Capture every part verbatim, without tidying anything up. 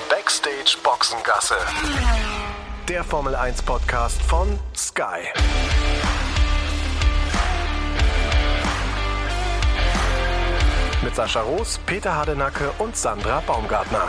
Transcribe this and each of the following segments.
Backstage Boxengasse. Der Formel eins Podcast von Sky. Mit Sascha Roos, Peter Hardenacke und Sandra Baumgartner.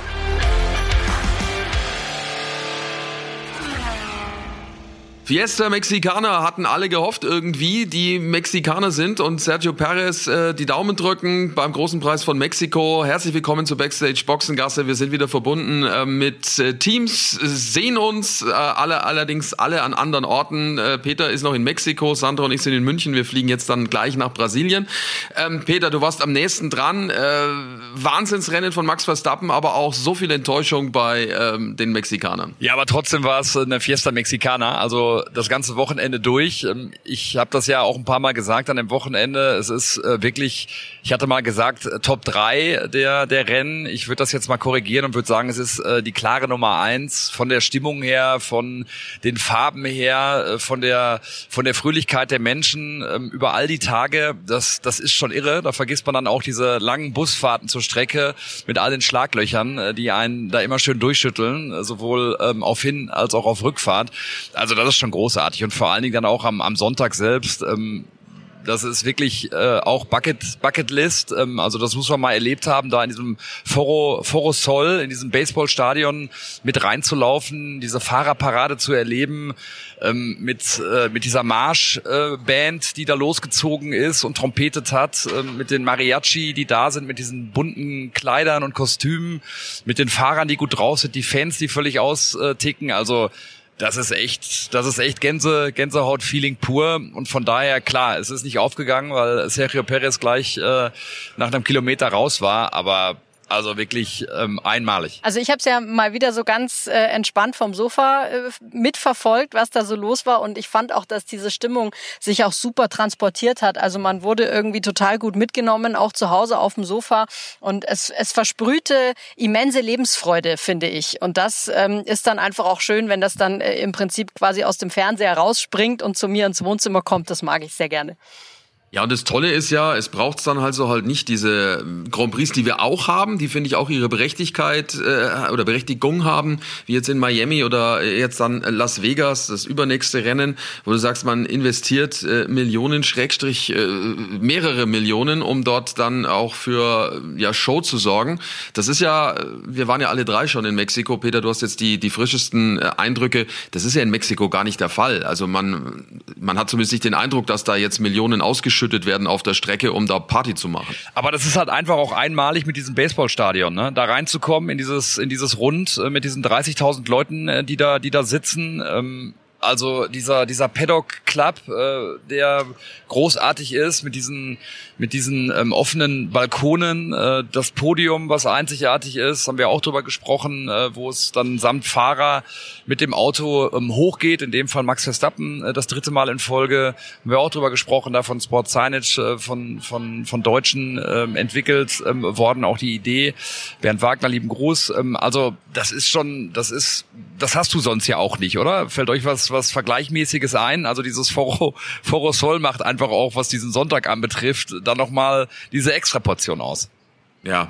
Fiesta Mexicana hatten alle gehofft irgendwie, die Mexikaner sind und Sergio Perez äh, die Daumen drücken beim großen Preis von Mexiko. Herzlich willkommen zu Backstage Boxengasse. Wir sind wieder verbunden äh, mit äh, Teams, sehen uns äh, alle allerdings alle an anderen Orten. Äh, Peter ist noch in Mexiko, Sandra und ich sind in München. Wir fliegen jetzt dann gleich nach Brasilien. Ähm, Peter, du warst am nächsten dran. Äh, Wahnsinnsrennen von Max Verstappen, aber auch so viel Enttäuschung bei ähm, den Mexikanern. Ja, aber trotzdem war es eine Fiesta Mexicana, also das ganze Wochenende durch. Ich habe das ja auch ein paar Mal gesagt an dem Wochenende. Es ist äh, wirklich, ich hatte mal gesagt, Top drei der der Rennen. Ich würde das jetzt mal korrigieren und würde sagen, es ist äh, die klare Nummer eins von der Stimmung her, von den Farben her, äh, von der von der Fröhlichkeit der Menschen äh, über all die Tage. Das das ist schon irre. Da vergisst man dann auch diese langen Busfahrten zur Strecke mit all den Schlaglöchern, äh, die einen da immer schön durchschütteln, äh, sowohl ähm, auf Hin- als auch auf Rückfahrt. Also das ist schon großartig und vor allen Dingen dann auch am, am Sonntag selbst. Ähm, das ist wirklich äh, auch Bucket Bucketlist. Ähm, also das muss man mal erlebt haben, da in diesem Foro Foro Sol, in diesem Baseballstadion mit reinzulaufen, diese Fahrerparade zu erleben, ähm, mit äh, mit dieser Marschband, äh, die da losgezogen ist und trompetet hat, äh, mit den Mariachi, die da sind, mit diesen bunten Kleidern und Kostümen, mit den Fahrern, die gut drauf sind, die Fans, die völlig austicken. Also Das ist echt, das ist echt Gänse, Gänsehaut-Feeling pur. Und von daher, klar, es ist nicht aufgegangen, weil Sergio Perez gleich äh, nach einem Kilometer raus war. Aber also wirklich ähm, einmalig. Also ich habe es ja mal wieder so ganz äh, entspannt vom Sofa äh, mitverfolgt, was da so los war. Und ich fand auch, dass diese Stimmung sich auch super transportiert hat. Also man wurde irgendwie total gut mitgenommen, auch zu Hause auf dem Sofa. Und es, es versprühte immense Lebensfreude, finde ich. Und das ähm, ist dann einfach auch schön, wenn das dann äh, im Prinzip quasi aus dem Fernseher rausspringt und zu mir ins Wohnzimmer kommt. Das mag ich sehr gerne. Ja, und das Tolle ist ja, es braucht dann halt so halt nicht diese Grand Prix, die wir auch haben, die finde ich auch ihre Berechtigkeit äh, oder Berechtigung haben, wie jetzt in Miami oder jetzt dann Las Vegas, das übernächste Rennen, wo du sagst, man investiert äh, Millionen, Schrägstrich äh, mehrere Millionen, um dort dann auch für ja Show zu sorgen. Das ist ja, wir waren ja alle drei schon in Mexiko. Peter, du hast jetzt die die frischesten äh, Eindrücke. Das ist ja in Mexiko gar nicht der Fall. Also man man hat zumindest nicht den Eindruck, dass da jetzt Millionen ausgeschüttet werden auf der Strecke, um da Party zu machen. Aber das ist halt einfach auch einmalig mit diesem Baseballstadion, ne? Da reinzukommen in dieses in dieses Rund äh, mit diesen dreißigtausend Leuten, äh, die da die da sitzen. Ähm Also dieser dieser Paddock Club, äh, der großartig ist mit diesen mit diesen ähm, offenen Balkonen, äh, das Podium, was einzigartig ist, haben wir auch drüber gesprochen, äh, wo es dann samt Fahrer mit dem Auto ähm, hochgeht. In dem Fall Max Verstappen äh, das dritte Mal in Folge, haben wir auch drüber gesprochen, da von Sport Signage äh, von von von Deutschen äh, entwickelt ähm, worden, auch die Idee. Bernd Wagner, lieben Gruß. Ähm, also das ist schon, das ist, das hast du sonst ja auch nicht, oder? Fällt euch was was Vergleichmäßiges ein? Also dieses Foro, Foro Sol macht einfach auch, was diesen Sonntag anbetrifft, dann nochmal diese Extraportion aus. Ja.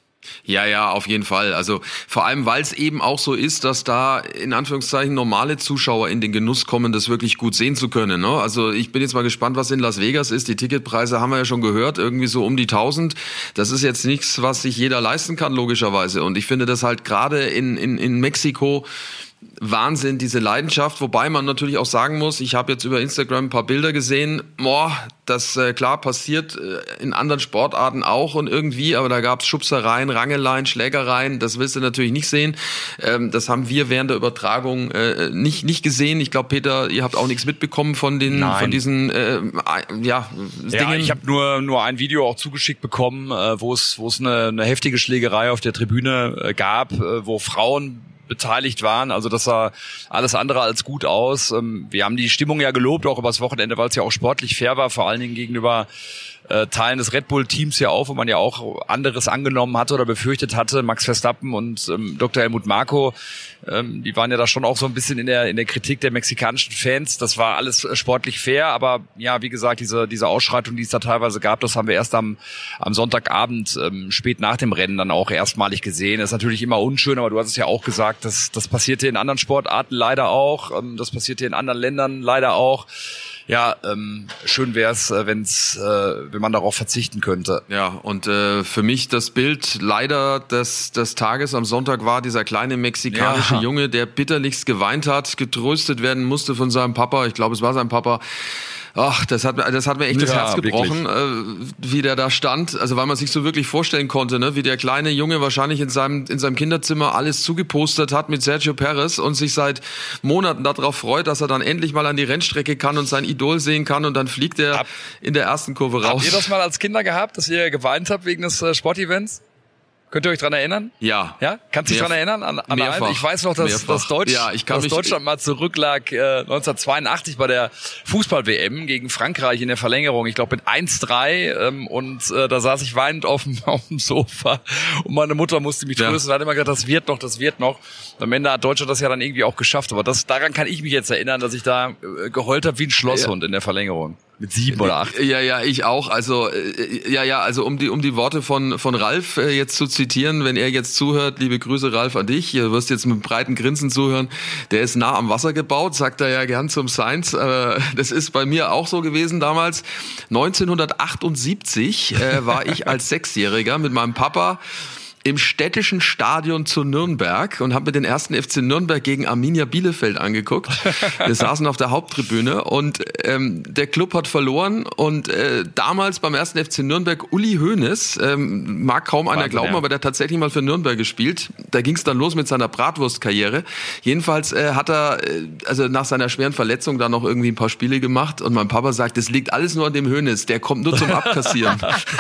Ja, ja, auf jeden Fall. Also vor allem, weil es eben auch so ist, dass da in Anführungszeichen normale Zuschauer in den Genuss kommen, das wirklich gut sehen zu können. Ne? Also ich bin jetzt mal gespannt, was in Las Vegas ist. Die Ticketpreise haben wir ja schon gehört, irgendwie so um die tausend. Das ist jetzt nichts, was sich jeder leisten kann, logischerweise. Und ich finde das halt gerade in, in, in Mexiko Wahnsinn, diese Leidenschaft, wobei man natürlich auch sagen muss, ich habe jetzt über Instagram ein paar Bilder gesehen, boah, das äh, klar passiert äh, in anderen Sportarten auch und irgendwie, aber da gab es Schubsereien, Rangeleien, Schlägereien, das willst du natürlich nicht sehen. Ähm, das haben wir während der Übertragung äh, nicht nicht gesehen. Ich glaube, Peter, ihr habt auch nichts mitbekommen von den Nein. von diesen äh, ja, Dingen. Ja, ich habe nur nur ein Video auch zugeschickt bekommen, äh, wo es wo es eine, eine heftige Schlägerei auf der Tribüne äh, gab, äh, wo Frauen beteiligt waren. Also das sah alles andere als gut aus. Wir haben die Stimmung ja gelobt, auch übers Wochenende, weil es ja auch sportlich fair war, vor allen Dingen gegenüber äh, Teilen des Red Bull-Teams ja auf, wo man ja auch anderes angenommen hatte oder befürchtet hatte. Max Verstappen und ähm, Doktor Helmut Marko, ähm, die waren ja da schon auch so ein bisschen in der in der Kritik der mexikanischen Fans. Das war alles äh, sportlich fair, aber ja, wie gesagt, diese diese Ausschreitung, die es da teilweise gab, das haben wir erst am am Sonntagabend ähm, spät nach dem Rennen dann auch erstmalig gesehen. Das ist natürlich immer unschön, aber du hast es ja auch gesagt, das das passierte in anderen Sportarten leider auch, ähm, das passierte in anderen Ländern leider auch. Ja, ähm, schön wäre es, äh, wenn's, äh, wenn man darauf verzichten könnte. Ja, und äh, für mich das Bild leider des, des Tages am Sonntag war dieser kleine mexikanische Ja. Junge, der bitterlichst geweint hat, getröstet werden musste von seinem Papa. Ich glaube, es war sein Papa. Ach, das hat mir, das hat mir echt das Ja, Herz gebrochen, äh, wie der da stand. Also weil man sich so wirklich vorstellen konnte, ne, wie der kleine Junge wahrscheinlich in seinem in seinem Kinderzimmer alles zugepostert hat mit Sergio Perez und sich seit Monaten darauf freut, dass er dann endlich mal an die Rennstrecke kann und sein Idol sehen kann und dann fliegt er Hab, in der ersten Kurve raus. Habt ihr das mal als Kinder gehabt, dass ihr geweint habt wegen des äh, Sportevents? Könnt ihr euch dran erinnern? Ja. Ja? Kannst du dich Mehrf- dran erinnern? An, an mehrfach. einen? Ich weiß noch, dass, Mehrfach. dass, Deutsch, Ja, ich kann dass mich- Deutschland mal zurücklag äh, neunzehnhundertzweiundachtzig bei der Fußball-W M gegen Frankreich in der Verlängerung. Ich glaube mit eins drei ähm, und äh, da saß ich weinend auf dem, auf dem Sofa und meine Mutter musste mich Ja. trösten und hat immer gesagt, das wird noch, das wird noch. Am Ende hat Deutschland das ja dann irgendwie auch geschafft. Aber das, daran kann ich mich jetzt erinnern, dass ich da äh, geheult habe wie ein Schlosshund in der Verlängerung. Mit sieben oder acht. Ja, ja, ich auch. Also äh, ja, ja, also um die um die Worte von von Ralf äh, jetzt zu zitieren, wenn er jetzt zuhört, liebe Grüße Ralf an dich. Du wirst jetzt mit breiten Grinsen zuhören. Der ist nah am Wasser gebaut, sagt er ja gern zum Sainz. Äh, das ist bei mir auch so gewesen damals. neunzehnhundertachtundsiebzig äh, war ich als Sechsjähriger mit meinem Papa im städtischen Stadion zu Nürnberg und habe mir den ersten F C Nürnberg gegen Arminia Bielefeld angeguckt. Wir saßen auf der Haupttribüne und ähm, der Club hat verloren und äh, damals beim ersten F C Nürnberg Uli Hoeneß, ähm, mag kaum einer Wahnsinn, glauben, ja. aber der hat tatsächlich mal für Nürnberg gespielt. Da ging es dann los mit seiner Bratwurstkarriere. Jedenfalls äh, hat er äh, also nach seiner schweren Verletzung dann noch irgendwie ein paar Spiele gemacht und mein Papa sagt, es liegt alles nur an dem Hoeneß, der kommt nur zum Abkassieren.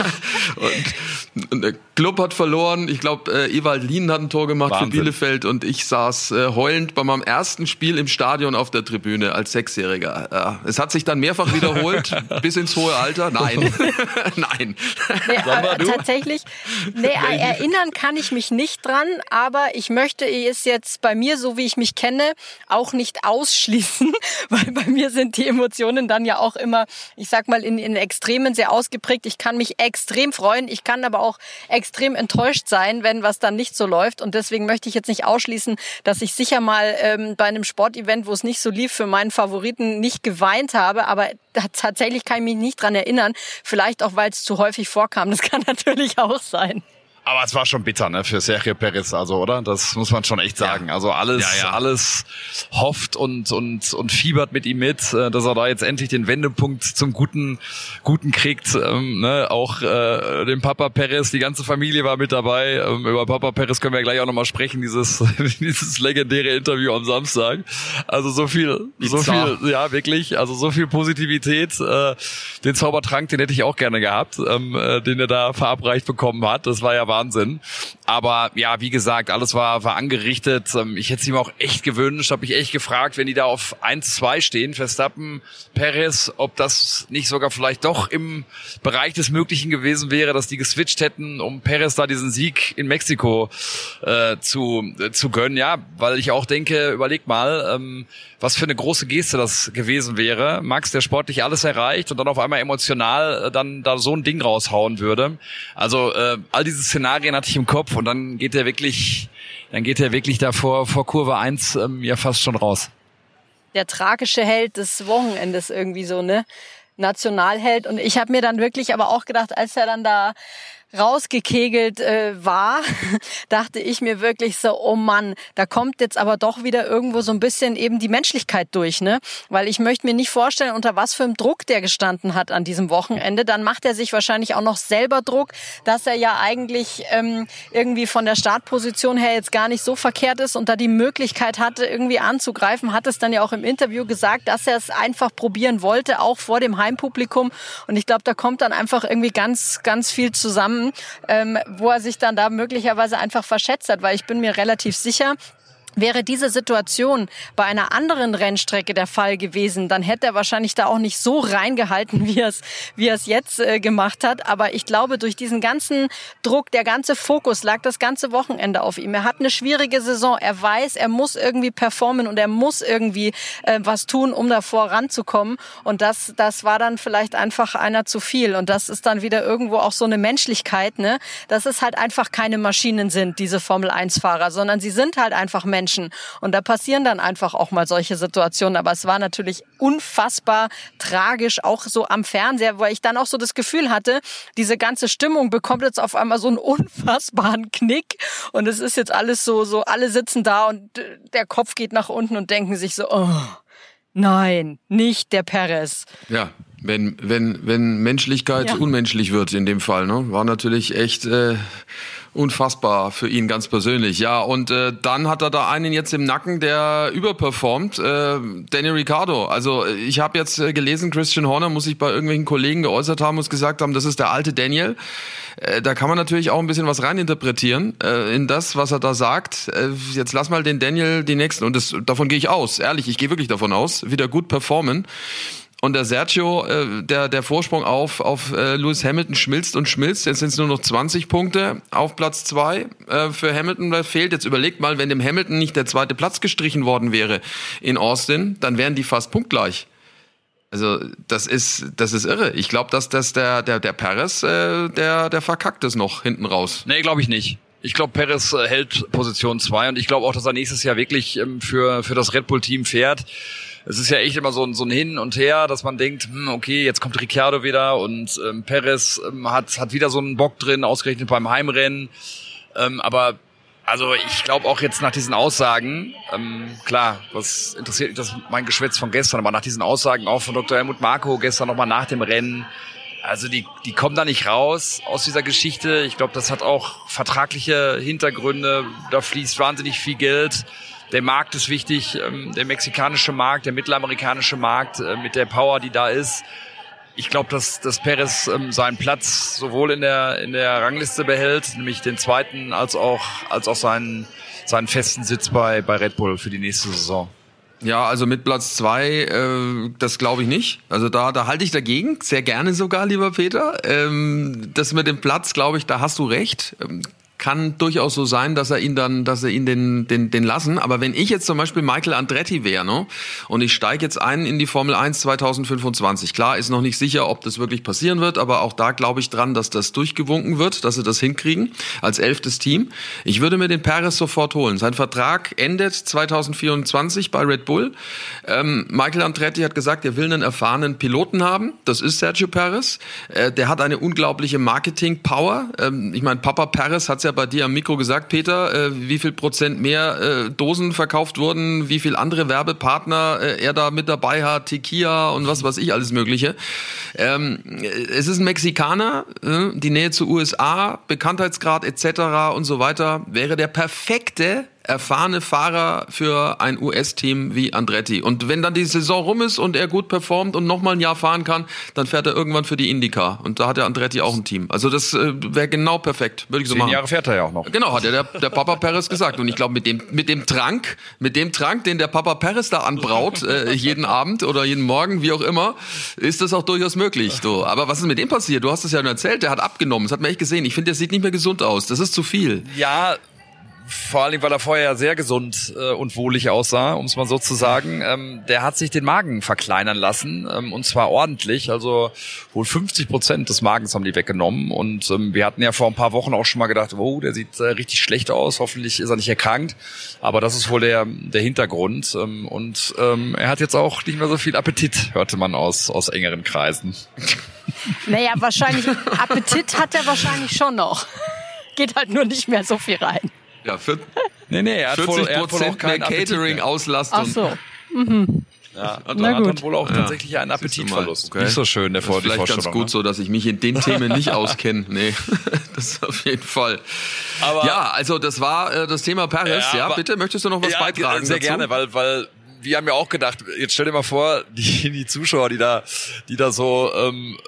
und, und der Club hat verloren. Ich glaube, äh, Ewald Lien hat ein Tor gemacht Wahnsinn. für Bielefeld und ich saß äh, heulend bei meinem ersten Spiel im Stadion auf der Tribüne als Sechsjähriger. Ja, es hat sich dann mehrfach wiederholt, bis ins hohe Alter. Nein, nein. Nee, Sandra, äh, du? tatsächlich, nee, äh, erinnern kann ich mich nicht dran, aber ich möchte es jetzt bei mir, so wie ich mich kenne, auch nicht ausschließen, weil bei mir sind die Emotionen dann ja auch immer, ich sag mal, in, in Extremen sehr ausgeprägt. Ich kann mich extrem freuen, ich kann aber auch extrem enttäuscht sein, wenn was dann nicht so läuft und deswegen möchte ich jetzt nicht ausschließen, dass ich sicher mal ähm, bei einem Sportevent, wo es nicht so lief, für meinen Favoriten nicht geweint habe, aber da, tatsächlich kann ich mich nicht dran erinnern, vielleicht auch, weil es zu häufig vorkam, das kann natürlich auch sein. Aber es war schon bitter, ne, für Sergio Perez, also, oder? Das muss man schon echt sagen. Also alles, Ja, ja. alles hofft und, und, und fiebert mit ihm mit, äh, dass er da jetzt endlich den Wendepunkt zum Guten, Guten kriegt, ähm, ne, auch, äh, den Papa Perez, die ganze Familie war mit dabei. Ähm, über Papa Perez können wir gleich auch nochmal sprechen, dieses, dieses legendäre Interview am Samstag. Also so viel, so Bizarr. viel, ja, wirklich, also so viel Positivität, äh, den Zaubertrank, den hätte ich auch gerne gehabt, ähm, äh, den er da verabreicht bekommen hat. Das war ja Wahnsinn. Aber ja, wie gesagt, alles war war angerichtet. Ich hätte es ihm auch echt gewünscht, habe ich echt gefragt, wenn die da auf eins zwei stehen, Verstappen, Perez, ob das nicht sogar vielleicht doch im Bereich des Möglichen gewesen wäre, dass die geswitcht hätten, um Perez da diesen Sieg in Mexiko äh, zu äh, zu gönnen. Ja, weil ich auch denke, überleg mal, ähm, was für eine große Geste das gewesen wäre. Max, der sportlich alles erreicht und dann auf einmal emotional äh, dann da so ein Ding raushauen würde. Also äh, all diese Szenarien hatte ich im Kopf und dann geht er wirklich, dann geht er wirklich da vor, vor Kurve eins ähm, ja fast schon raus. Der tragische Held des Wochenendes irgendwie so, ne? Nationalheld. Und ich habe mir dann wirklich aber auch gedacht, als er dann da rausgekegelt äh, war, dachte ich mir wirklich so, oh Mann, da kommt jetzt aber doch wieder irgendwo so ein bisschen eben die Menschlichkeit durch, ne? Weil ich möchte mir nicht vorstellen, unter was für einem Druck der gestanden hat an diesem Wochenende. Dann macht er sich wahrscheinlich auch noch selber Druck, dass er ja eigentlich ähm, irgendwie von der Startposition her jetzt gar nicht so verkehrt ist und da die Möglichkeit hatte, irgendwie anzugreifen, hat es dann ja auch im Interview gesagt, dass er es einfach probieren wollte, auch vor dem Heimpublikum. Und ich glaube, da kommt dann einfach irgendwie ganz, ganz viel zusammen, Ähm, wo er sich dann da möglicherweise einfach verschätzt hat, weil ich bin mir relativ sicher, Wäre diese Situation bei einer anderen Rennstrecke der Fall gewesen, dann hätte er wahrscheinlich da auch nicht so reingehalten, wie er es wie er es jetzt äh, gemacht hat. Aber ich glaube, durch diesen ganzen Druck, der ganze Fokus lag das ganze Wochenende auf ihm. Er hat eine schwierige Saison. Er weiß, er muss irgendwie performen und er muss irgendwie äh, was tun, um da voranzukommen. Und das, das war dann vielleicht einfach einer zu viel. Und das ist dann wieder irgendwo auch so eine Menschlichkeit, ne? Dass es halt einfach keine Maschinen sind, diese Formel eins Fahrer, sondern sie sind halt einfach Menschen. Und da passieren dann einfach auch mal solche Situationen. Aber es war natürlich unfassbar tragisch, auch so am Fernseher, weil ich dann auch so das Gefühl hatte, diese ganze Stimmung bekommt jetzt auf einmal so einen unfassbaren Knick. Und es ist jetzt alles so, so alle sitzen da und der Kopf geht nach unten und denken sich so, oh, nein, nicht der Perez. Ja. Wenn, wenn, wenn Menschlichkeit ja. unmenschlich wird in dem Fall, ne? War natürlich echt äh, unfassbar für ihn ganz persönlich. Ja, und äh, dann hat er da einen jetzt im Nacken, der überperformt, äh, Daniel Ricciardo. Also ich habe jetzt äh, gelesen, Christian Horner muss sich bei irgendwelchen Kollegen geäußert haben und gesagt haben, das ist der alte Daniel. Äh, da kann man natürlich auch ein bisschen was reininterpretieren äh, in das, was er da sagt. Äh, jetzt lass mal den Daniel die nächsten, und das, davon gehe ich aus, ehrlich, ich gehe wirklich davon aus, wieder gut performen. Und der Sergio, äh, der der Vorsprung auf auf äh, Lewis Hamilton schmilzt und schmilzt. Jetzt sind es nur noch zwanzig Punkte auf Platz zwei äh, für Hamilton. Da fehlt. Jetzt überlegt mal, wenn dem Hamilton nicht der zweite Platz gestrichen worden wäre in Austin, dann wären die fast punktgleich. Also das ist das ist irre. Ich glaube, dass das der der der Perez, äh, der der verkackt es noch hinten raus. Nee, glaube ich nicht. Ich glaube, Perez äh, hält Position zwei und ich glaube auch, dass er nächstes Jahr wirklich ähm, für für das Red Bull Team fährt. Es ist ja echt immer so ein, so ein Hin und Her, dass man denkt, hm, okay, jetzt kommt Ricciardo wieder und ähm, Perez ähm, hat hat wieder so einen Bock drin, ausgerechnet beim Heimrennen. Ähm, aber also ich glaube auch jetzt nach diesen Aussagen, ähm, klar, was interessiert mich das mein Geschwätz von gestern, aber nach diesen Aussagen auch von Doktor Helmut Marko gestern nochmal nach dem Rennen, also die die kommen da nicht raus aus dieser Geschichte. Ich glaube, das hat auch vertragliche Hintergründe, da fließt wahnsinnig viel Geld. Der Markt ist wichtig, der mexikanische Markt, der mittelamerikanische Markt mit der Power, die da ist. Ich glaube, dass, dass Perez seinen Platz sowohl in der in der Rangliste behält, nämlich den zweiten, als auch als auch seinen seinen festen Sitz bei bei Red Bull für die nächste Saison. Ja, also mit Platz zwei, äh, das glaube ich nicht. Also da da halte ich dagegen, sehr gerne sogar, lieber Peter. Ähm, das mit dem Platz, glaube ich, da hast du recht. Ähm, kann durchaus so sein, dass er ihn dann, dass er ihn den, den, den lassen. Aber wenn ich jetzt zum Beispiel Michael Andretti wäre, ne, und ich steige jetzt ein in die Formel eins zwanzig fünfundzwanzig. Klar, ist noch nicht sicher, ob das wirklich passieren wird, aber auch da glaube ich dran, dass das durchgewunken wird, dass sie das hinkriegen als elftes Team. Ich würde mir den Perez sofort holen. Sein Vertrag endet zwanzig vierundzwanzig bei Red Bull. Ähm, Michael Andretti hat gesagt, er will einen erfahrenen Piloten haben. Das ist Sergio Perez. Äh, der hat eine unglaubliche Marketing-Power. Ähm, ich meine, Papa Perez hat ja bei dir am Mikro gesagt, Peter, äh, wie viel Prozent mehr äh, Dosen verkauft wurden, wie viel andere Werbepartner äh, er da mit dabei hat, Tequila und was weiß ich, alles Mögliche. Ähm, es ist ein Mexikaner, äh, die Nähe zu U S A, Bekanntheitsgrad et cetera und so weiter, wäre der perfekte erfahrene Fahrer für ein U S-Team wie Andretti. Und wenn dann die Saison rum ist und er gut performt und nochmal ein Jahr fahren kann, dann fährt er irgendwann für die IndyCar. Und da hat der Andretti auch ein Team. Also das äh, wäre genau perfekt, würde ich so Zehn machen. Jahre fährt er ja auch noch. Genau, hat ja der, der Papa Perez gesagt. Und ich glaube, mit dem, mit dem Trank, mit dem Trank, den der Papa Perez da anbraut, äh, jeden Abend oder jeden Morgen, wie auch immer, ist das auch durchaus möglich. So. Aber was ist mit dem passiert? Du hast es ja nur erzählt, der hat abgenommen. Das hat man echt gesehen. Ich finde, der sieht nicht mehr gesund aus. Das ist zu viel. Ja, vor allem, weil er vorher ja sehr gesund äh, und wohlig aussah, um es mal so zu sagen. Ähm, der hat sich den Magen verkleinern lassen, ähm, und zwar ordentlich. Also wohl fünfzig Prozent des Magens haben die weggenommen. Und ähm, wir hatten ja vor ein paar Wochen auch schon mal gedacht, wow, der sieht äh, richtig schlecht aus. Hoffentlich ist er nicht erkrankt. Aber das ist wohl der der Hintergrund. Ähm, und ähm, er hat jetzt auch nicht mehr so viel Appetit, hörte man aus aus engeren Kreisen. Naja, wahrscheinlich Appetit hat er wahrscheinlich schon noch. Geht halt nur nicht mehr so viel rein. Ja, für, nee, nee, er hat vierzig wohl, er hat wohl auch mehr Catering-Auslastung. Ach so. Mhm. Ja, und dann hat dann wohl auch ja. tatsächlich einen Appetitverlust. Okay. Nicht so schön, der Vor die Vorstellung. Vielleicht ganz gut, ne? So, dass ich mich in den Themen nicht auskenne. Nee, das ist auf jeden Fall. Aber ja, also das war äh, das Thema Perez. Ja, ja aber, bitte, möchtest du noch was ja, beitragen sehr dazu? Gerne, weil weil wir haben ja auch gedacht, jetzt stell dir mal vor, die, die Zuschauer, die da, die da so ähm,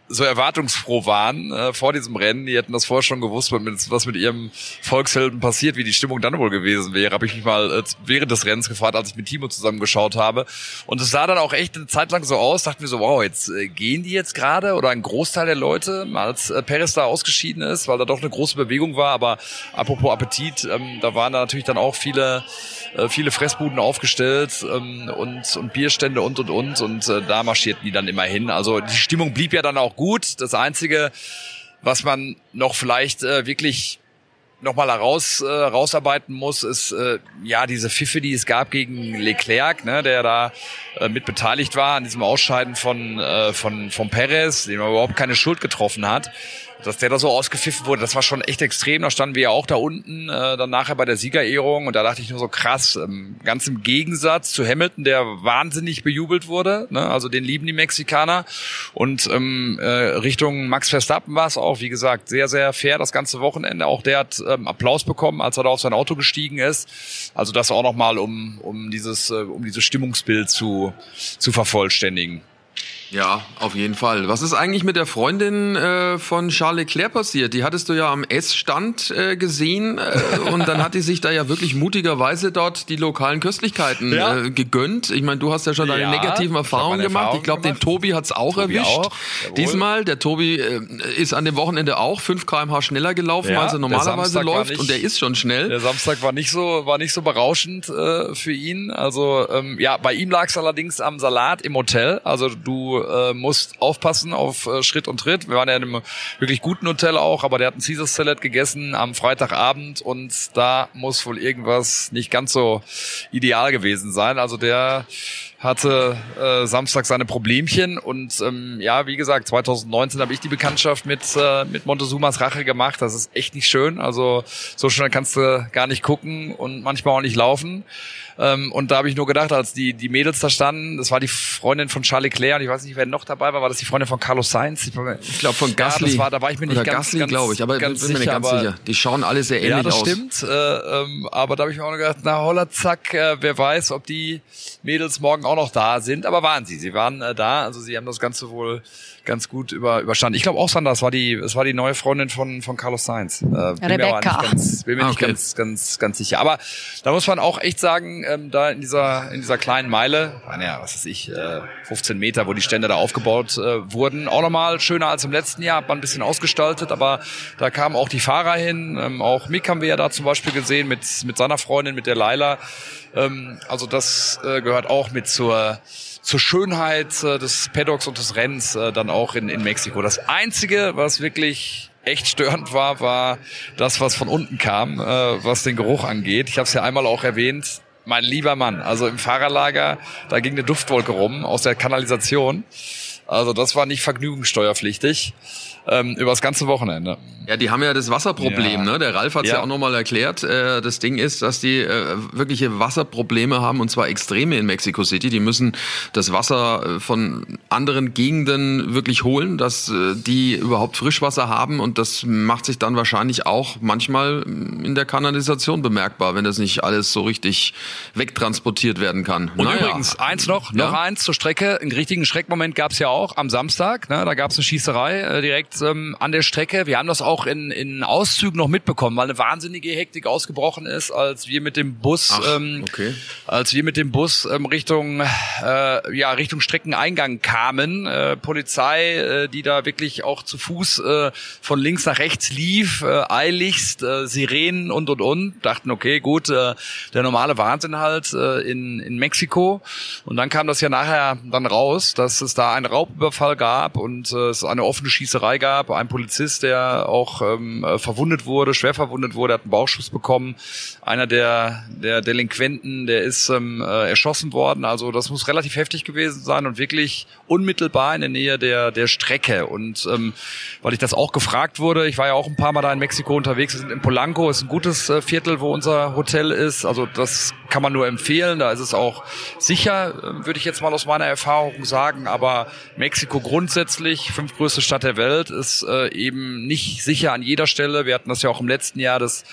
so erwartungsfroh waren äh, vor diesem Rennen. Die hätten das vorher schon gewusst, was mit ihrem Volkshelden passiert, wie die Stimmung dann wohl gewesen wäre. Habe ich mich mal äh, während des Rennens gefragt, als ich mit Timo zusammen geschaut habe. Und es sah dann auch echt eine Zeit lang so aus, dachten wir so, wow, jetzt äh, gehen die jetzt gerade oder ein Großteil der Leute, als äh, Perez da ausgeschieden ist, weil da doch eine große Bewegung war. Aber apropos Appetit, ähm, da waren da natürlich dann auch viele äh, viele Fressbuden aufgestellt ähm, und, und Bierstände und und und und äh, da marschierten die dann immer hin. Also die Stimmung blieb ja dann auch gut. Das Einzige, was man noch vielleicht äh, wirklich nochmal heraus, äh, rausarbeiten muss, ist äh, ja diese Pfiffe, die es gab gegen Leclerc, ne, der da äh, mit beteiligt war an diesem Ausscheiden von äh, von von Perez, dem er überhaupt keine Schuld getroffen hat. Dass der da so ausgepfiffen wurde, das war schon echt extrem. Da standen wir ja auch da unten, äh, dann nachher bei der Siegerehrung. Und da dachte ich nur so krass, ähm, ganz im Gegensatz zu Hamilton, der wahnsinnig bejubelt wurde. Ne? Also den lieben die Mexikaner. Und ähm, äh, Richtung Max Verstappen war es auch, wie gesagt, sehr, sehr fair das ganze Wochenende. Auch der hat ähm, Applaus bekommen, als er da auf sein Auto gestiegen ist. Also das auch nochmal, um um dieses äh, um dieses Stimmungsbild zu zu vervollständigen. Ja, auf jeden Fall. Was ist eigentlich mit der Freundin äh, von Charles Leclerc passiert? Die hattest du ja am Essstand äh, gesehen äh, und dann hat die sich da ja wirklich mutigerweise dort die lokalen Köstlichkeiten ja. äh, gegönnt. Ich meine, du hast ja schon deine ja, negativen Erfahrungen gemacht. Erfahrung ich glaube, den Tobi hat's auch Tobi erwischt. Auch. Diesmal, der Tobi äh, ist an dem Wochenende auch fünf Kilometer pro Stunde schneller gelaufen, ja, als er normalerweise läuft nicht, und der ist schon schnell. Der Samstag war nicht so war nicht so berauschend äh, für ihn. Also ähm, ja, bei ihm lag es allerdings am Salat im Hotel. Also du äh, musst aufpassen auf äh, Schritt und Tritt. Wir waren ja in einem wirklich guten Hotel auch, aber der hat einen Caesar Salad gegessen am Freitagabend und da muss wohl irgendwas nicht ganz so ideal gewesen sein. Also der hatte äh, Samstag seine Problemchen und ähm, ja, wie gesagt, zwanzig neunzehn habe ich die Bekanntschaft mit äh, mit Montezumas Rache gemacht. Das ist echt nicht schön. Also so schnell kannst du gar nicht gucken und manchmal auch nicht laufen. Ähm, und da habe ich nur gedacht, als die die Mädels da standen, das war die Freundin von Charles Leclerc und ich weiß nicht, wer noch dabei war, war das die Freundin von Carlos Sainz? Ich, ich glaube von Gasly. Ja, das war, da war ich mir nicht Oder ganz, Gasly, ganz, glaube ich, aber ganz bin mir sicher, nicht ganz sicher. Die schauen alle sehr ähnlich aus. Ja, das aus. stimmt. Äh, ähm, aber da habe ich mir auch noch gedacht, na holla zack, äh, wer weiß, ob die Mädels morgen auch noch da sind. Aber waren sie. Sie waren äh, da. Also sie haben das Ganze wohl ganz gut über, überstanden. Ich glaube auch, Sandra, es war die, es war die neue Freundin von von Carlos Sainz. Äh, bin Rebecca. mir aber nicht ganz, bin mir ah, nicht okay. ganz, ganz, ganz sicher. Aber da muss man auch echt sagen, ähm, da in dieser in dieser kleinen Meile, naja, was weiß ich, äh, fünfzehn Meter, wo die Stände da aufgebaut äh, wurden, auch nochmal schöner als im letzten Jahr, hat man ein bisschen ausgestaltet, aber da kamen auch die Fahrer hin. Ähm, auch Mick haben wir ja da zum Beispiel gesehen mit mit seiner Freundin, mit der Laila. Ähm, also das äh, gehört auch mit zur zur Schönheit äh, des Paddocks und des Rennens äh, dann auch in, in Mexiko. Das Einzige, was wirklich echt störend war, war das, was von unten kam, äh, was den Geruch angeht. Ich habe es ja einmal auch erwähnt, mein lieber Mann, also im Fahrerlager, da ging eine Duftwolke rum aus der Kanalisation. Also das war nicht vergnügungssteuerpflichtig. Ähm, über das ganze Wochenende. Ja, die haben ja das Wasserproblem, ja. ne? Der Ralf hat es ja. ja auch nochmal erklärt. Äh, das Ding ist, dass die äh, wirkliche Wasserprobleme haben, und zwar extreme in Mexico City. Die müssen das Wasser äh, von anderen Gegenden wirklich holen, dass äh, die überhaupt Frischwasser haben, und das macht sich dann wahrscheinlich auch manchmal in der Kanalisation bemerkbar, wenn das nicht alles so richtig wegtransportiert werden kann. Und naja. übrigens, eins noch, noch ja. eins zur Strecke. Einen richtigen Schreckmoment gab es ja auch am Samstag. Ne? Da gab es eine Schießerei äh, direkt ähm, an der Strecke. Wir haben das auch in, in Auszügen noch mitbekommen, weil eine wahnsinnige Hektik ausgebrochen ist, als wir mit dem Bus, Ach, ähm, okay. als wir mit dem Bus ähm, Richtung, äh, ja Richtung Streckeneingang kamen. Äh, Polizei, äh, die da wirklich auch zu Fuß äh, von links nach rechts lief, äh, eiligst, äh, Sirenen und und und. Dachten, okay, gut, äh, der normale Wahnsinn halt äh, in in Mexiko. Und dann kam das ja nachher dann raus, dass es da einen Raubüberfall gab und äh, es eine offene Schießerei gab. Ein Polizist, der auch ähm, verwundet wurde, schwer verwundet wurde, hat einen Bauchschuss bekommen. Einer der der Delinquenten, der ist ähm, äh, erschossen worden. Also das muss relativ heftig gewesen sein und wirklich unmittelbar in der Nähe der der Strecke. Und ähm, weil ich das auch gefragt wurde, ich war ja auch ein paar Mal da in Mexiko unterwegs. Wir sind in Polanco, ist ein gutes äh, Viertel, wo unser Hotel ist. Also das kann man nur empfehlen. Da ist es auch sicher, äh, würde ich jetzt mal aus meiner Erfahrung sagen. Aber Mexiko grundsätzlich, fünftgrößte Stadt der Welt, ist äh, eben nicht sicher an jeder Stelle. Wir hatten das ja auch im letzten Jahr, das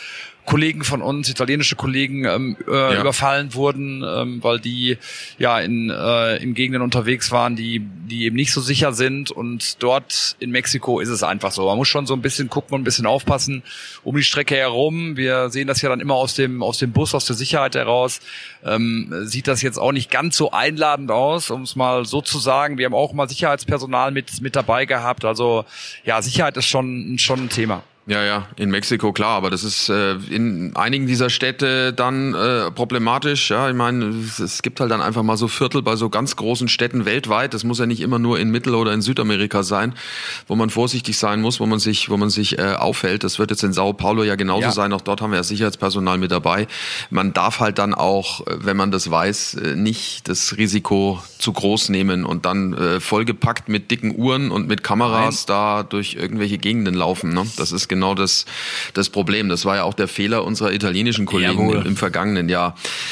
Kollegen von uns, italienische Kollegen, ähm, äh, ja. überfallen wurden, ähm, weil die ja in, äh, in Gegenden unterwegs waren, die, die eben nicht so sicher sind. Und dort in Mexiko ist es einfach so. Man muss schon so ein bisschen gucken und ein bisschen aufpassen um die Strecke herum. Wir sehen das ja dann immer aus dem, aus dem Bus, aus der Sicherheit heraus. Ähm, sieht das jetzt auch nicht ganz so einladend aus, um es mal so zu sagen. Wir haben auch mal Sicherheitspersonal mit, mit dabei gehabt. Also, ja, Sicherheit ist schon, schon ein Thema. Ja, ja, in Mexiko, klar, aber das ist äh, in einigen dieser Städte dann äh, problematisch. Ja, ich meine, es, es gibt halt dann einfach mal so Viertel bei so ganz großen Städten weltweit. Das muss ja nicht immer nur in Mittel- oder in Südamerika sein, wo man vorsichtig sein muss, wo man sich, wo man sich äh, aufhält. Das wird jetzt in Sao Paulo ja genauso ja. sein. Auch dort haben wir ja Sicherheitspersonal mit dabei. Man darf halt dann auch, wenn man das weiß, nicht das Risiko zu groß nehmen und dann äh, vollgepackt mit dicken Uhren und mit Kameras Nein. da durch irgendwelche Gegenden laufen. Ne? Das ist genau das, das Problem. Das war ja auch der Fehler unserer italienischen Kollegen im, im vergangenen Jahr.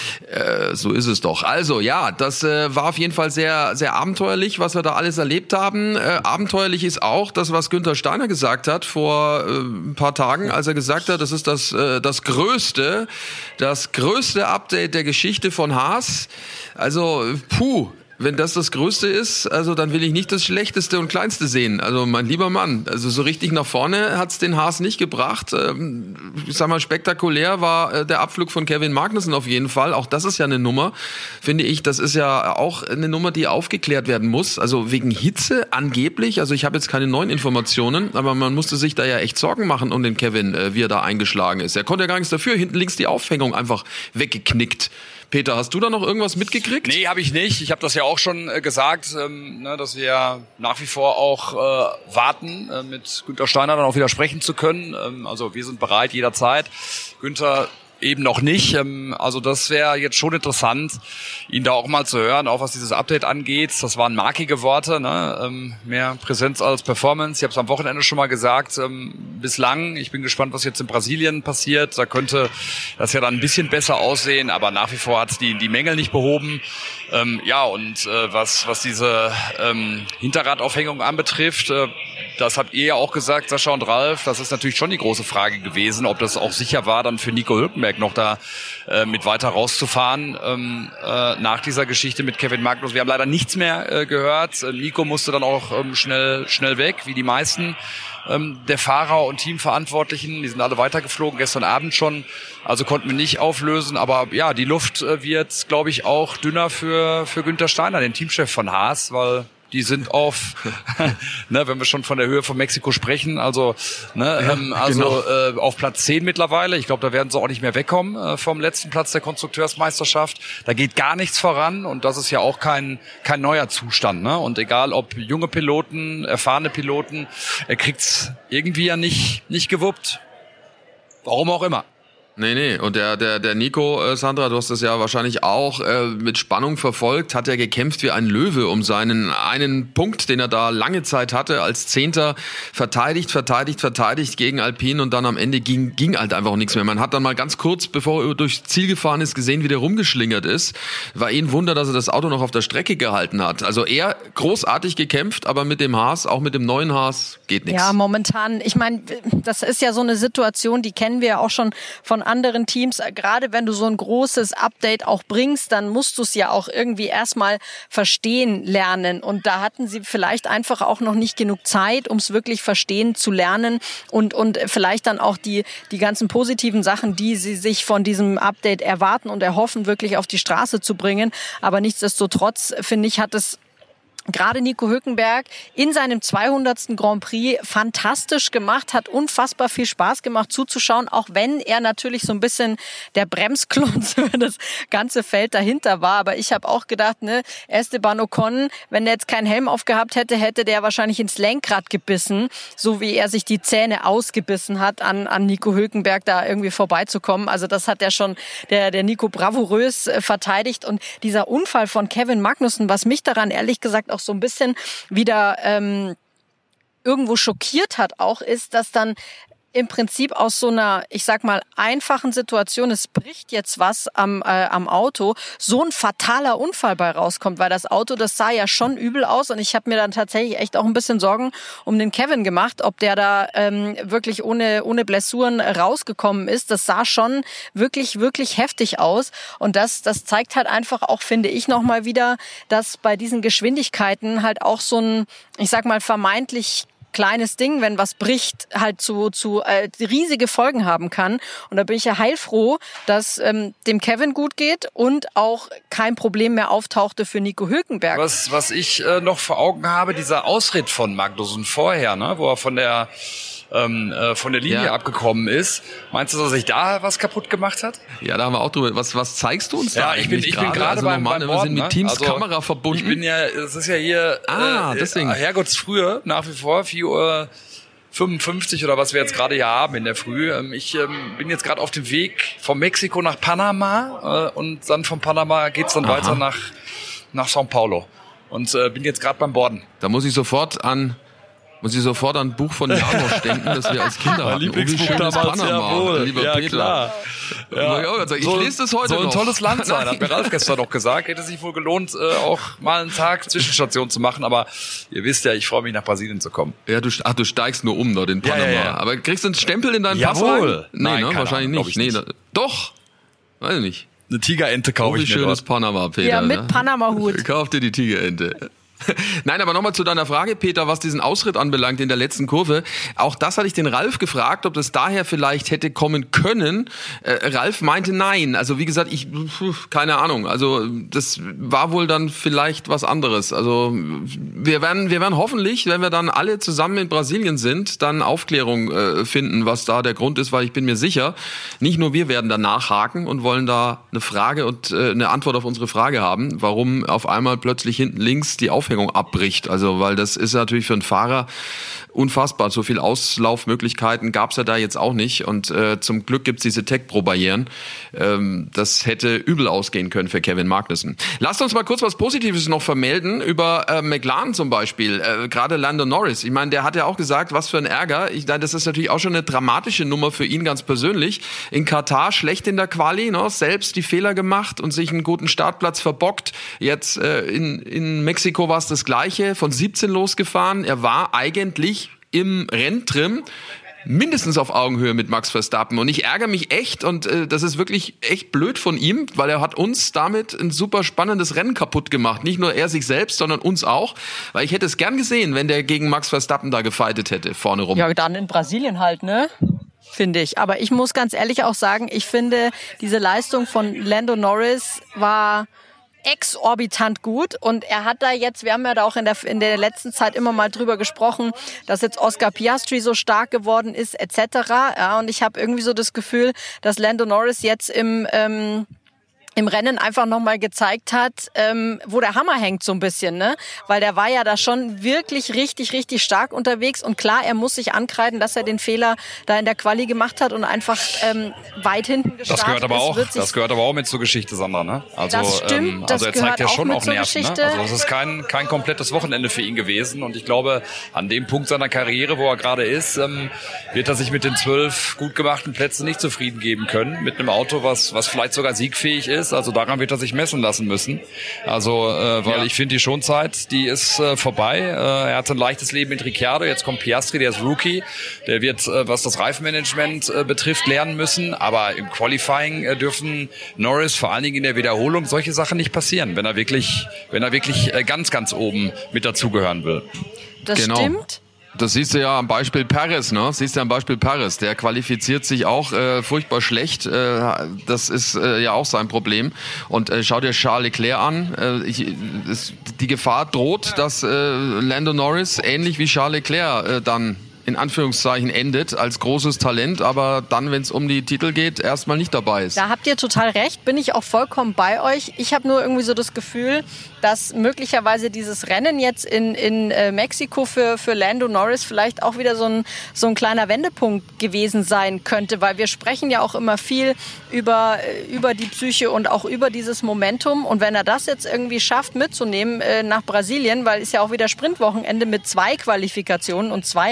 Äh, so ist es doch. Also ja, das äh, war auf jeden Fall sehr, sehr abenteuerlich, was wir da alles erlebt haben. Äh, abenteuerlich ist auch das, was Günther Steiner gesagt hat vor äh, ein paar Tagen, als er gesagt hat, das ist das, äh, das größte, das größte Update der Geschichte von Haas. Also, puh. Wenn das das Größte ist, also dann will ich nicht das Schlechteste und Kleinste sehen. Also mein lieber Mann, also so richtig nach vorne hat's den Haas nicht gebracht. Ähm, ich sag mal, spektakulär war äh, der Abflug von Kevin Magnussen auf jeden Fall. Auch das ist ja eine Nummer, finde ich. Das ist ja auch eine Nummer, die aufgeklärt werden muss. Also wegen Hitze angeblich. Also ich habe jetzt keine neuen Informationen, aber man musste sich da ja echt Sorgen machen um den Kevin, äh, wie er da eingeschlagen ist. Er konnte ja gar nichts dafür. Hinten links die Aufhängung einfach weggeknickt. Peter, hast du da noch irgendwas mitgekriegt? Nee, habe ich nicht. Ich habe das ja auch schon äh, gesagt, ähm, ne, dass wir nach wie vor auch äh, warten, äh, mit Günther Steiner dann auch wieder sprechen zu können. Ähm, also wir sind bereit jederzeit. Günther eben noch nicht. Ähm, also das wäre jetzt schon interessant, ihn da auch mal zu hören, auch was dieses Update angeht. Das waren markige Worte, ne? ähm, mehr Präsenz als Performance. Ich habe es am Wochenende schon mal gesagt, ähm, bislang. Ich bin gespannt, was jetzt in Brasilien passiert. Da könnte das ja dann ein bisschen besser aussehen, aber nach wie vor hat es die, die Mängel nicht behoben. Ähm, ja, und äh, was, was diese ähm, Hinterradaufhängung anbetrifft, äh, das habt ihr ja auch gesagt, Sascha und Ralf, das ist natürlich schon die große Frage gewesen, ob das auch sicher war, dann für Nico Hülkenberg noch da äh, mit weiter rauszufahren ähm, äh, nach dieser Geschichte mit Kevin Magnussen. Wir haben leider nichts mehr äh, gehört. Äh, Nico musste dann auch ähm, schnell schnell weg, wie die meisten ähm, der Fahrer und Teamverantwortlichen. Die sind alle weitergeflogen, gestern Abend schon. Also konnten wir nicht auflösen. Aber ja, die Luft äh, wird, glaube ich, auch dünner für für Günther Steiner, den Teamchef von Haas, weil die sind auf, ne, wenn wir schon von der Höhe von Mexiko sprechen, also ne, ja, ähm, also genau. äh, auf Platz zehn mittlerweile. Ich glaube, da werden sie auch nicht mehr wegkommen äh, vom letzten Platz der Konstrukteursmeisterschaft. Da geht gar nichts voran und das ist ja auch kein kein neuer Zustand. Ne? Und egal, ob junge Piloten, erfahrene Piloten, er kriegt's irgendwie ja nicht nicht gewuppt. Warum auch immer. Nee, nee. Und der, der, der Nico, äh, Sandra, du hast das ja wahrscheinlich auch äh, mit Spannung verfolgt, hat ja gekämpft wie ein Löwe um seinen einen Punkt, den er da lange Zeit hatte, als Zehnter verteidigt, verteidigt, verteidigt gegen Alpine und dann am Ende ging, ging halt einfach nichts mehr. Man hat dann mal ganz kurz, bevor er durchs Ziel gefahren ist, gesehen, wie der rumgeschlingert ist. War eh ein Wunder, dass er das Auto noch auf der Strecke gehalten hat. Also er großartig gekämpft, aber mit dem Haas, auch mit dem neuen Haas, geht nichts. Ja, momentan, ich meine, das ist ja so eine Situation, die kennen wir ja auch schon von anderen Teams. Gerade wenn du so ein großes Update auch bringst, dann musst du es ja auch irgendwie erstmal verstehen lernen. Und da hatten sie vielleicht einfach auch noch nicht genug Zeit, um es wirklich verstehen zu lernen und und vielleicht dann auch die die ganzen positiven Sachen, die sie sich von diesem Update erwarten und erhoffen, wirklich auf die Straße zu bringen. Aber nichtsdestotrotz, finde ich, hat es gerade Nico Hülkenberg in seinem zweihundertsten Grand Prix fantastisch gemacht, hat unfassbar viel Spaß gemacht zuzuschauen, auch wenn er natürlich so ein bisschen der Bremsklotz für das ganze Feld dahinter war. Aber ich habe auch gedacht, ne, Esteban Ocon, wenn er jetzt keinen Helm aufgehabt hätte, hätte der wahrscheinlich ins Lenkrad gebissen, so wie er sich die Zähne ausgebissen hat, an, an Nico Hülkenberg da irgendwie vorbeizukommen. Also das hat er schon, der, der Nico bravourös äh, verteidigt. Und dieser Unfall von Kevin Magnussen, was mich daran ehrlich gesagt auch so ein bisschen wieder ähm, irgendwo schockiert hat auch, ist, dass dann im Prinzip aus so einer, ich sag mal, einfachen Situation, es bricht jetzt was am, äh, am Auto, so ein fataler Unfall bei rauskommt, weil das Auto, das sah ja schon übel aus und ich habe mir dann tatsächlich echt auch ein bisschen Sorgen um den Kevin gemacht, ob der da ähm, wirklich ohne, ohne Blessuren rausgekommen ist. Das sah schon wirklich, wirklich heftig aus und das, das zeigt halt einfach auch, finde ich, nochmal wieder, dass bei diesen Geschwindigkeiten halt auch so ein, ich sag mal, vermeintlich kleines Ding, wenn was bricht, halt zu, zu äh, riesige Folgen haben kann. Und da bin ich ja heilfroh, dass ähm, dem Kevin gut geht und auch kein Problem mehr auftauchte für Nico Hülkenberg. Was, was ich äh, noch vor Augen habe, dieser Ausritt von Magnussen vorher, ne, wo er von der ähm, äh, von der Linie ja. abgekommen ist. Meinst du, dass sich da was kaputt gemacht hat? Ja, da haben wir auch drüber. Was, was zeigst du uns ja, da ich bin, ich grade? bin gerade also beim, beim Wir Borden, sind mit ne? Teams also, Kamera verbunden. Ich bin ja, es ist ja hier ah, äh, deswegen. Herrgottsfrühe, nach wie vor, vier Uhr fünfundfünfzig oder was wir jetzt gerade hier haben in der Früh. Ich ähm, bin jetzt gerade auf dem Weg von Mexiko nach Panama äh, und dann von Panama geht's dann Aha. weiter nach, nach São Paulo. Und äh, bin jetzt gerade beim Borden. Da muss ich sofort an muss ich sofort an ein Buch von Janosch denken, das wir als Kinder hatten. Lieblingsbuch damals, Panama, jawohl. Lieber ja, Peter. Klar. Ja. Ich, ich lese das heute so noch. Ein tolles Land sein, hat mir Ralf gestern noch gesagt. Hätte sich wohl gelohnt, äh, auch mal einen Tag Zwischenstation zu machen. Aber ihr wisst ja, ich freue mich, nach Brasilien zu kommen. Ja, du, ach, du steigst nur um dort in Panama. Ja, ja, ja. Aber kriegst du einen Stempel in deinen Pass? Jawohl. Nee, Nein, ne? Wahrscheinlich Ahnung, nicht. nicht. Nee, da, doch. Weiß ich nicht. Eine Tigerente kaufe oh, ich mir schönes dort. Panama, Peter. Ja, mit ne? Panama-Hut. Kauf dir die Tigerente. Nein, aber nochmal zu deiner Frage, Peter, was diesen Ausritt anbelangt in der letzten Kurve. Auch das hatte ich den Ralf gefragt, ob das daher vielleicht hätte kommen können. Äh, Ralf meinte nein. Also wie gesagt, ich keine Ahnung. Also das war wohl dann vielleicht was anderes. Also wir werden, wir werden hoffentlich, wenn wir dann alle zusammen in Brasilien sind, dann Aufklärung äh, finden, was da der Grund ist, weil ich bin mir sicher, nicht nur wir werden da nachhaken und wollen da eine Frage und äh, eine Antwort auf unsere Frage haben, warum auf einmal plötzlich hinten links die Aufhängung abbricht. Also, weil das ist natürlich für einen Fahrer unfassbar. So viel Auslaufmöglichkeiten gab's ja da jetzt auch nicht. Und äh, zum Glück gibt's diese Tech-Pro-Barrieren. Ähm, das hätte übel ausgehen können für Kevin Magnussen. Lasst uns mal kurz was Positives noch vermelden über äh, McLaren zum Beispiel. Äh, Gerade Lando Norris. Ich meine, der hat ja auch gesagt, was für ein Ärger. Ich, das ist natürlich auch schon eine dramatische Nummer für ihn ganz persönlich. In Katar schlecht in der Quali, ne? Selbst die Fehler gemacht und sich einen guten Startplatz verbockt. Jetzt äh, in, in Mexiko war es das Gleiche. Von siebzehn losgefahren. Er war eigentlich im Renntrim mindestens auf Augenhöhe mit Max Verstappen. Und ich ärgere mich echt und äh, das ist wirklich echt blöd von ihm, weil er hat uns damit ein super spannendes Rennen kaputt gemacht. Nicht nur er sich selbst, sondern uns auch. Weil ich hätte es gern gesehen, wenn der gegen Max Verstappen da gefightet hätte, vorne rum. Ja, dann in Brasilien halt, ne? Finde ich. Aber ich muss ganz ehrlich auch sagen, ich finde, diese Leistung von Lando Norris war exorbitant gut und er hat da jetzt, wir haben ja da auch in der in der letzten Zeit immer mal drüber gesprochen, dass jetzt Oscar Piastri so stark geworden ist et cetera. Ja, und ich habe irgendwie so das Gefühl, dass Lando Norris jetzt im ähm, im Rennen einfach nochmal gezeigt hat, ähm, wo der Hammer hängt so ein bisschen, ne? Weil der war ja da schon wirklich richtig, richtig stark unterwegs und klar, er muss sich ankreiden, dass er den Fehler da in der Quali gemacht hat und einfach ähm, weit hinten gestartet ist. Das gehört aber auch, das gehört aber auch mit zur Geschichte, Sandra, ne? Also, das stimmt, ähm, also er das zeigt ja schon auch Nerven, Geschichte. ne? Also das ist kein kein komplettes Wochenende für ihn gewesen und ich glaube, an dem Punkt seiner Karriere, wo er gerade ist, ähm, wird er sich mit den zwölf gut gemachten Plätzen nicht zufrieden geben können, mit einem Auto, was was vielleicht sogar siegfähig ist. Also daran wird er sich messen lassen müssen. Also, äh, weil ja. ich finde, die Schonzeit, die ist äh, vorbei. Äh, er hat ein leichtes Leben mit Ricciardo. Jetzt kommt Piastri, der ist Rookie. Der wird, äh, was das Reifenmanagement äh, betrifft, lernen müssen. Aber im Qualifying äh, dürfen Norris vor allen Dingen in der Wiederholung solche Sachen nicht passieren, wenn er wirklich, wenn er wirklich äh, ganz, ganz oben mit dazugehören will. Das genau. stimmt. Das siehst du ja am Beispiel Perez, ne? Siehst du ja am Beispiel Perez. Der qualifiziert sich auch äh, furchtbar schlecht. Äh, das ist äh, ja auch sein Problem. Und äh, schau dir Charles Leclerc an. Äh, ich, es, die Gefahr droht, dass äh, Lando Norris ähnlich wie Charles Leclerc äh, dann in Anführungszeichen endet als großes Talent, aber dann, wenn es um die Titel geht, erstmal nicht dabei ist. Da habt ihr total recht, bin ich auch vollkommen bei euch. Ich habe nur irgendwie so das Gefühl, dass möglicherweise dieses Rennen jetzt in, in äh, Mexiko für, für Lando Norris vielleicht auch wieder so ein, so ein kleiner Wendepunkt gewesen sein könnte, weil wir sprechen ja auch immer viel über, über die Psyche und auch über dieses Momentum und wenn er das jetzt irgendwie schafft mitzunehmen äh, nach Brasilien, weil es ja auch wieder Sprintwochenende mit zwei Qualifikationen und zwei Rennen,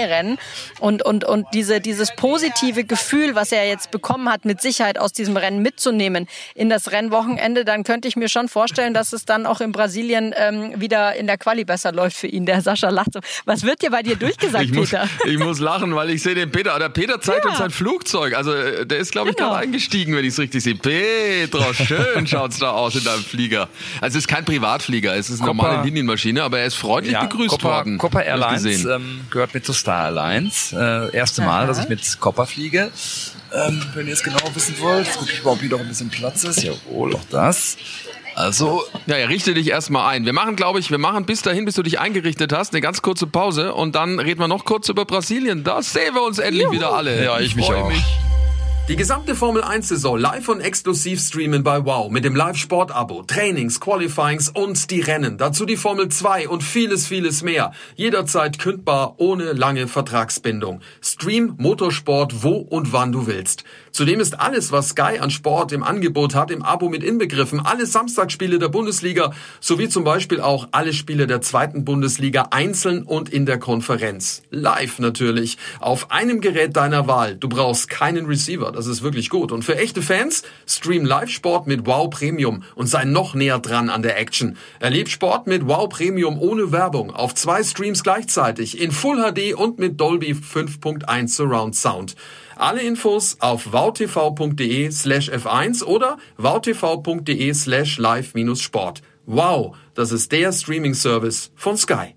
Und, und, und diese, dieses positive Gefühl, was er jetzt bekommen hat, mit Sicherheit aus diesem Rennen mitzunehmen in das Rennwochenende, dann könnte ich mir schon vorstellen, dass es dann auch in Brasilien ähm, wieder in der Quali besser läuft für ihn. Der Sascha lacht so. Was wird dir bei dir durchgesagt, ich muss, Peter? Ich muss lachen, weil ich sehe den Peter. Der Peter zeigt ja. uns sein Flugzeug. Also der ist, glaube ich, Genau. gerade eingestiegen, wenn ich es richtig sehe. Petra, schön schaut's da aus in deinem Flieger. Also es ist kein Privatflieger, es ist eine Copa, normale Linienmaschine, aber er ist freundlich ja, begrüßt Copa, worden. Copa Airlines ähm, gehört mit zur Star Alliance. Äh, erste Mal, Aha. dass ich mit Copa fliege. Ähm, wenn ihr es genau wissen wollt, gucke ich mal, ob hier noch ein bisschen Platz ist. Jawohl, auch das. Also, Ja, ja, richte dich erstmal ein. Wir machen, glaube ich, wir machen bis dahin, bis du dich eingerichtet hast, eine ganz kurze Pause und dann reden wir noch kurz über Brasilien. Da sehen wir uns endlich Juhu. wieder alle. Ja, ich mich freu auch. Die gesamte Formel eins Saison live und exklusiv streamen bei Wow mit dem Live-Sport-Abo, Trainings, Qualifyings und die Rennen. Dazu die Formel zwei und vieles, vieles mehr. Jederzeit kündbar, ohne lange Vertragsbindung. Stream Motorsport wo und wann du willst. Zudem ist alles, was Sky an Sport im Angebot hat, im Abo mit inbegriffen. Alle Samstagsspiele der Bundesliga sowie zum Beispiel auch alle Spiele der zweiten Bundesliga einzeln und in der Konferenz. Live natürlich, auf einem Gerät deiner Wahl. Du brauchst keinen Receiver, das ist wirklich gut. Und für echte Fans, stream Live-Sport mit Wow Premium und sei noch näher dran an der Action. Erleb Sport mit Wow Premium ohne Werbung, auf zwei Streams gleichzeitig, in Full H D und mit Dolby fünf Punkt eins Surround Sound. Alle Infos auf wowtv.de slash F eins oder wowtv.de slash live-sport. Wow, das ist der Streaming-Service von Sky.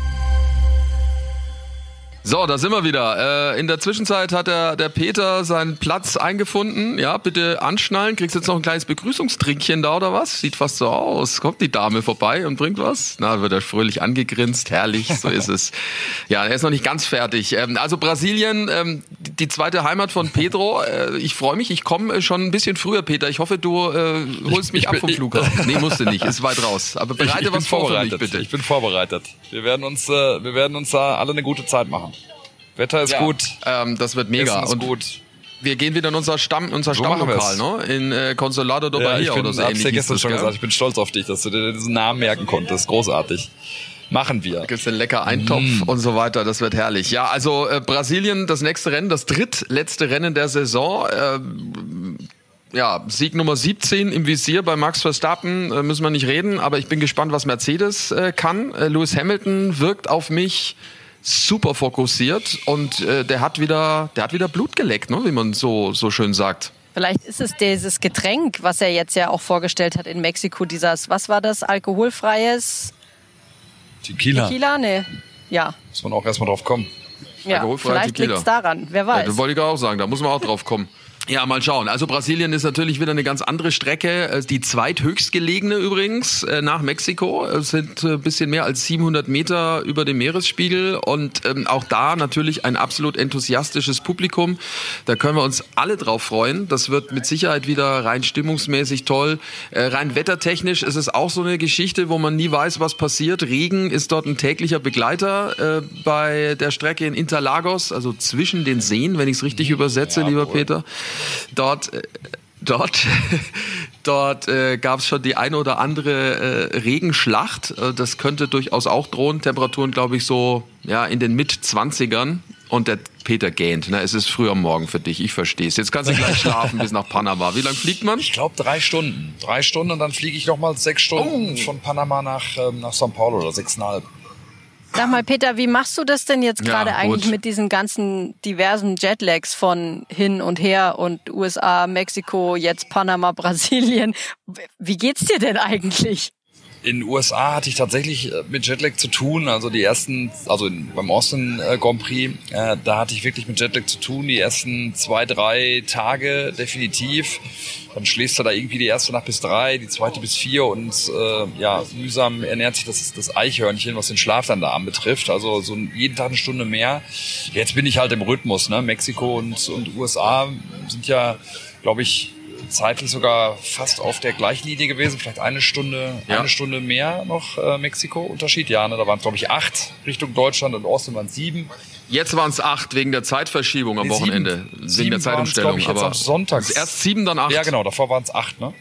So, da sind wir wieder. Äh, in der Zwischenzeit hat der, der Peter seinen Platz eingefunden. Ja, bitte anschnallen. Kriegst jetzt noch ein kleines Begrüßungstrinkchen da oder was? Sieht fast so aus. Kommt die Dame vorbei und bringt was? Na, wird er fröhlich angegrinst. Herrlich, so ist es. Ja, er ist noch nicht ganz fertig. Ähm, also Brasilien, ähm, die zweite Heimat von Pedro. Äh, ich freue mich. Ich komme schon ein bisschen früher, Peter. Ich hoffe, du äh, holst mich ich ab bin, vom ich, Flughafen. Nee, musst du nicht. Ist weit raus. Aber bereite ich, ich was vor für mich, vorbereitet. bitte. Ich bin vorbereitet. Wir werden uns, äh, wir werden uns da alle eine gute Zeit machen. Wetter ist ja, gut. Ähm, das wird mega. Essen ist und gut. Wir gehen wieder in unser Stamm, unser So Stammlokal, ne? In äh, Consolado do Bahia ja, ich bin, oder so hab's ähnlich. dir gestern das, schon gell? gesagt. Ich bin stolz auf dich, dass du dir diesen Namen merken konntest. Großartig. Machen wir. Da gibt's einen lecker Eintopf Mm. und so weiter. Das wird herrlich. Ja, also äh, Brasilien, das nächste Rennen, das drittletzte Rennen der Saison. Äh, ja, Sieg Nummer siebzehn im Visier bei Max Verstappen, äh, müssen wir nicht reden. Aber ich bin gespannt, was Mercedes äh, kann. Äh, Lewis Hamilton wirkt auf mich super fokussiert und äh, der hat wieder, der hat wieder Blut geleckt, ne, wie man so so schön sagt. Vielleicht ist es dieses Getränk, was er jetzt ja auch vorgestellt hat in Mexiko, dieses, was war das, alkoholfreies Tequila. Tequila? Nee. Ja. Muss man auch erstmal drauf kommen. Ja, Alkoholfreier vielleicht Tequila. liegt's daran, wer weiß. Ja, das wollte ich auch sagen, da muss man auch drauf kommen. Ja, mal schauen. Also Brasilien ist natürlich wieder eine ganz andere Strecke. Die zweithöchstgelegene übrigens nach Mexiko. Es sind ein bisschen mehr als siebenhundert Meter über dem Meeresspiegel. Und ähm, auch da natürlich ein absolut enthusiastisches Publikum. Da können wir uns alle drauf freuen. Das wird mit Sicherheit wieder rein stimmungsmäßig toll. Äh, rein wettertechnisch ist es auch so eine Geschichte, wo man nie weiß, was passiert. Regen ist dort ein täglicher Begleiter äh, bei der Strecke in Interlagos, also zwischen den Seen, wenn ich es richtig übersetze, Ja, lieber wohl. Peter. Dort, äh, dort, dort äh, gab es schon die eine oder andere äh, Regenschlacht. Äh, das könnte durchaus auch drohen. Temperaturen, glaube ich, so ja in den Mitzwanzigern. Und der Peter gähnt. Na, es ist früh am Morgen für dich. Ich verstehe es. Jetzt kannst du gleich schlafen bis nach Panama. Wie lange fliegt man? Ich glaube drei Stunden. Drei Stunden und dann fliege ich noch mal sechs Stunden Oh. von Panama nach, ähm, nach São Paulo oder sechseinhalb. Sag mal, Peter, wie machst du das denn jetzt Ja, gerade eigentlich gut. mit diesen ganzen diversen Jetlags von hin und her und U S A, Mexiko, jetzt Panama, Brasilien? Wie geht's dir denn eigentlich? In den U S A hatte ich tatsächlich äh, mit Jetlag zu tun, also die ersten, also in, beim Austin äh, Grand Prix, äh, da hatte ich wirklich mit Jetlag zu tun, die ersten zwei, drei Tage definitiv. Dann schläfst du da irgendwie die erste Nacht bis drei, die zweite bis vier und äh, ja, mühsam ernährt sich das, das Eichhörnchen, was den Schlaf dann da anbetrifft. Also so jeden Tag eine Stunde mehr. Jetzt bin ich halt im Rhythmus, ne? Mexiko und, und U S A sind ja, glaube ich, zeitlich sogar fast auf der gleichen Linie gewesen, vielleicht eine Stunde, Ja. eine Stunde mehr noch äh, Mexiko-Unterschied. Ja, ne, da waren es glaube ich acht Richtung Deutschland und Austin waren es sieben. Jetzt waren es acht wegen der Zeitverschiebung am Nee, sieben. Wochenende. Wegen Sieben der Zeitumstellung. waren's, glaub ich, jetzt aber am Sonntag. erst sieben, dann acht. Ja, genau, davor waren es acht, ne?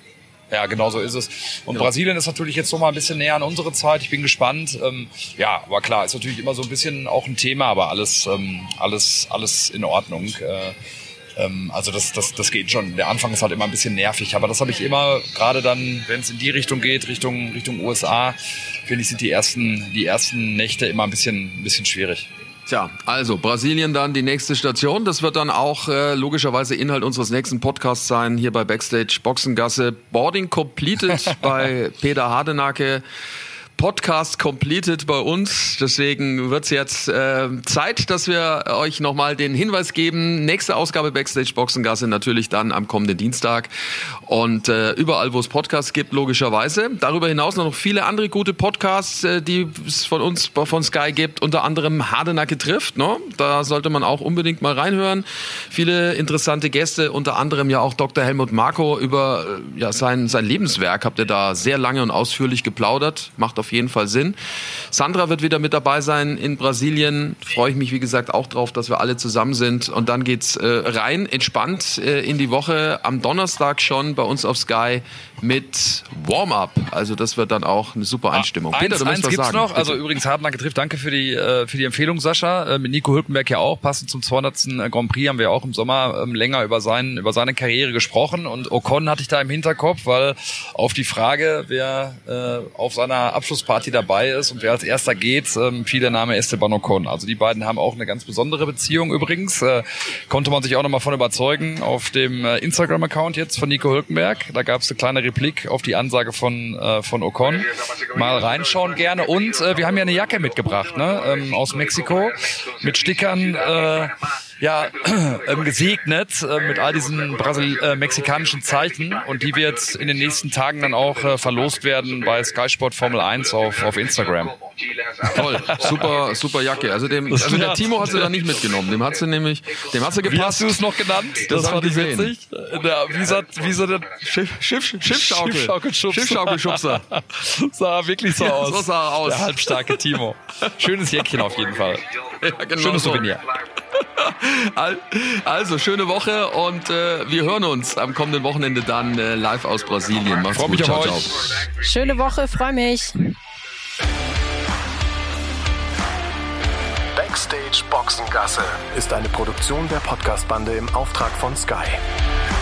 Ja, genau so ist es. Und Ja. Brasilien ist natürlich jetzt noch mal ein bisschen näher an unsere Zeit. Ich bin gespannt. Ähm, ja, aber klar, ist natürlich immer so ein bisschen auch ein Thema, aber alles, ähm, alles, alles in Ordnung. Äh, ähm, also das, das, das geht schon. Der Anfang ist halt immer ein bisschen nervig, aber das habe ich immer, gerade dann, wenn es in die Richtung geht, Richtung, Richtung U S A, finde ich, sind die ersten, die ersten Nächte immer ein bisschen, ein bisschen schwierig. Tja, also Brasilien dann die nächste Station. Das wird dann auch äh, logischerweise Inhalt unseres nächsten Podcasts sein, hier bei Backstage Boxengasse. Boarding completed bei Peter Hardenacke. Podcast completed bei uns. Deswegen wird's jetzt äh, Zeit, dass wir euch nochmal den Hinweis geben. Nächste Ausgabe Backstage Boxengasse natürlich dann am kommenden Dienstag. Und äh, überall, wo es Podcasts gibt, logischerweise. Darüber hinaus noch viele andere gute Podcasts, äh, die es von uns, von Sky gibt. Unter anderem Hardenacke trifft. Ne? Da sollte man auch unbedingt mal reinhören. Viele interessante Gäste, unter anderem ja auch Doktor Helmut Marko über äh, ja, sein, sein Lebenswerk. Habt ihr da sehr lange und ausführlich geplaudert. Macht auf jeden Fall Sinn. Sandra wird wieder mit dabei sein in Brasilien. Freue ich mich, wie gesagt, auch drauf, dass wir alle zusammen sind. Und dann geht's äh, rein, entspannt äh, in die Woche. Am Donnerstag schon bei uns auf Sky mit Warm-Up. Also das wird dann auch eine super Einstimmung. Ah, Peter, eins, du musst eins was gibt's sagen. noch. Bitte. Also übrigens Hardenacke trifft. Danke für die äh, für die Empfehlung, Sascha. Äh, mit Nico Hülkenberg ja auch. Passend zum zweihundertsten Grand Prix haben wir auch im Sommer ähm, länger über seinen über seine Karriere gesprochen. Und Ocon hatte ich da im Hinterkopf, weil auf die Frage, wer äh, auf seiner Abschlussparty dabei ist und wer als erster geht, ähm, fiel der Name Esteban Ocon. Also die beiden haben auch eine ganz besondere Beziehung übrigens. Äh, konnte man sich auch nochmal von überzeugen auf dem äh, Instagram-Account jetzt von Nico Hülkenberg. Da gab es eine kleine Replik auf die Ansage von äh, von Ocon. Mal reinschauen gerne. Und äh, wir haben ja eine Jacke mitgebracht, ne, ähm, aus Mexiko mit Stickern. Äh, ja, ähm, gesegnet äh, mit all diesen Brasil äh, mexikanischen Zeichen, und die wird in den nächsten Tagen dann auch äh, verlost werden bei Sky Sport Formel eins auf auf Instagram. Toll, super, super Jacke. Also dem, also der Timo hat sie da nicht mitgenommen. Dem hat sie nämlich, dem hat sie gepasst. Wie hast du es noch genannt? Das, das fand ich gesehen. witzig. Der, wie so, wie so der Schiff, Schiff, Schiffschaukel. Schiffschaukelschubser. Schiffschaukelschubser. Sah wirklich so Ja, aus. so sah er aus. Der halbstarke Timo. Schönes Jäckchen auf jeden Fall. Ja, genau Schönes so. Souvenir. Also, schöne Woche, und äh, wir hören uns am kommenden Wochenende dann äh, live aus Brasilien. Macht's Freu gut. mich Ciao, auf ciao. euch. Schöne Woche, freue mich. Backstage Boxengasse ist eine Produktion der Podcastbande im Auftrag von Sky.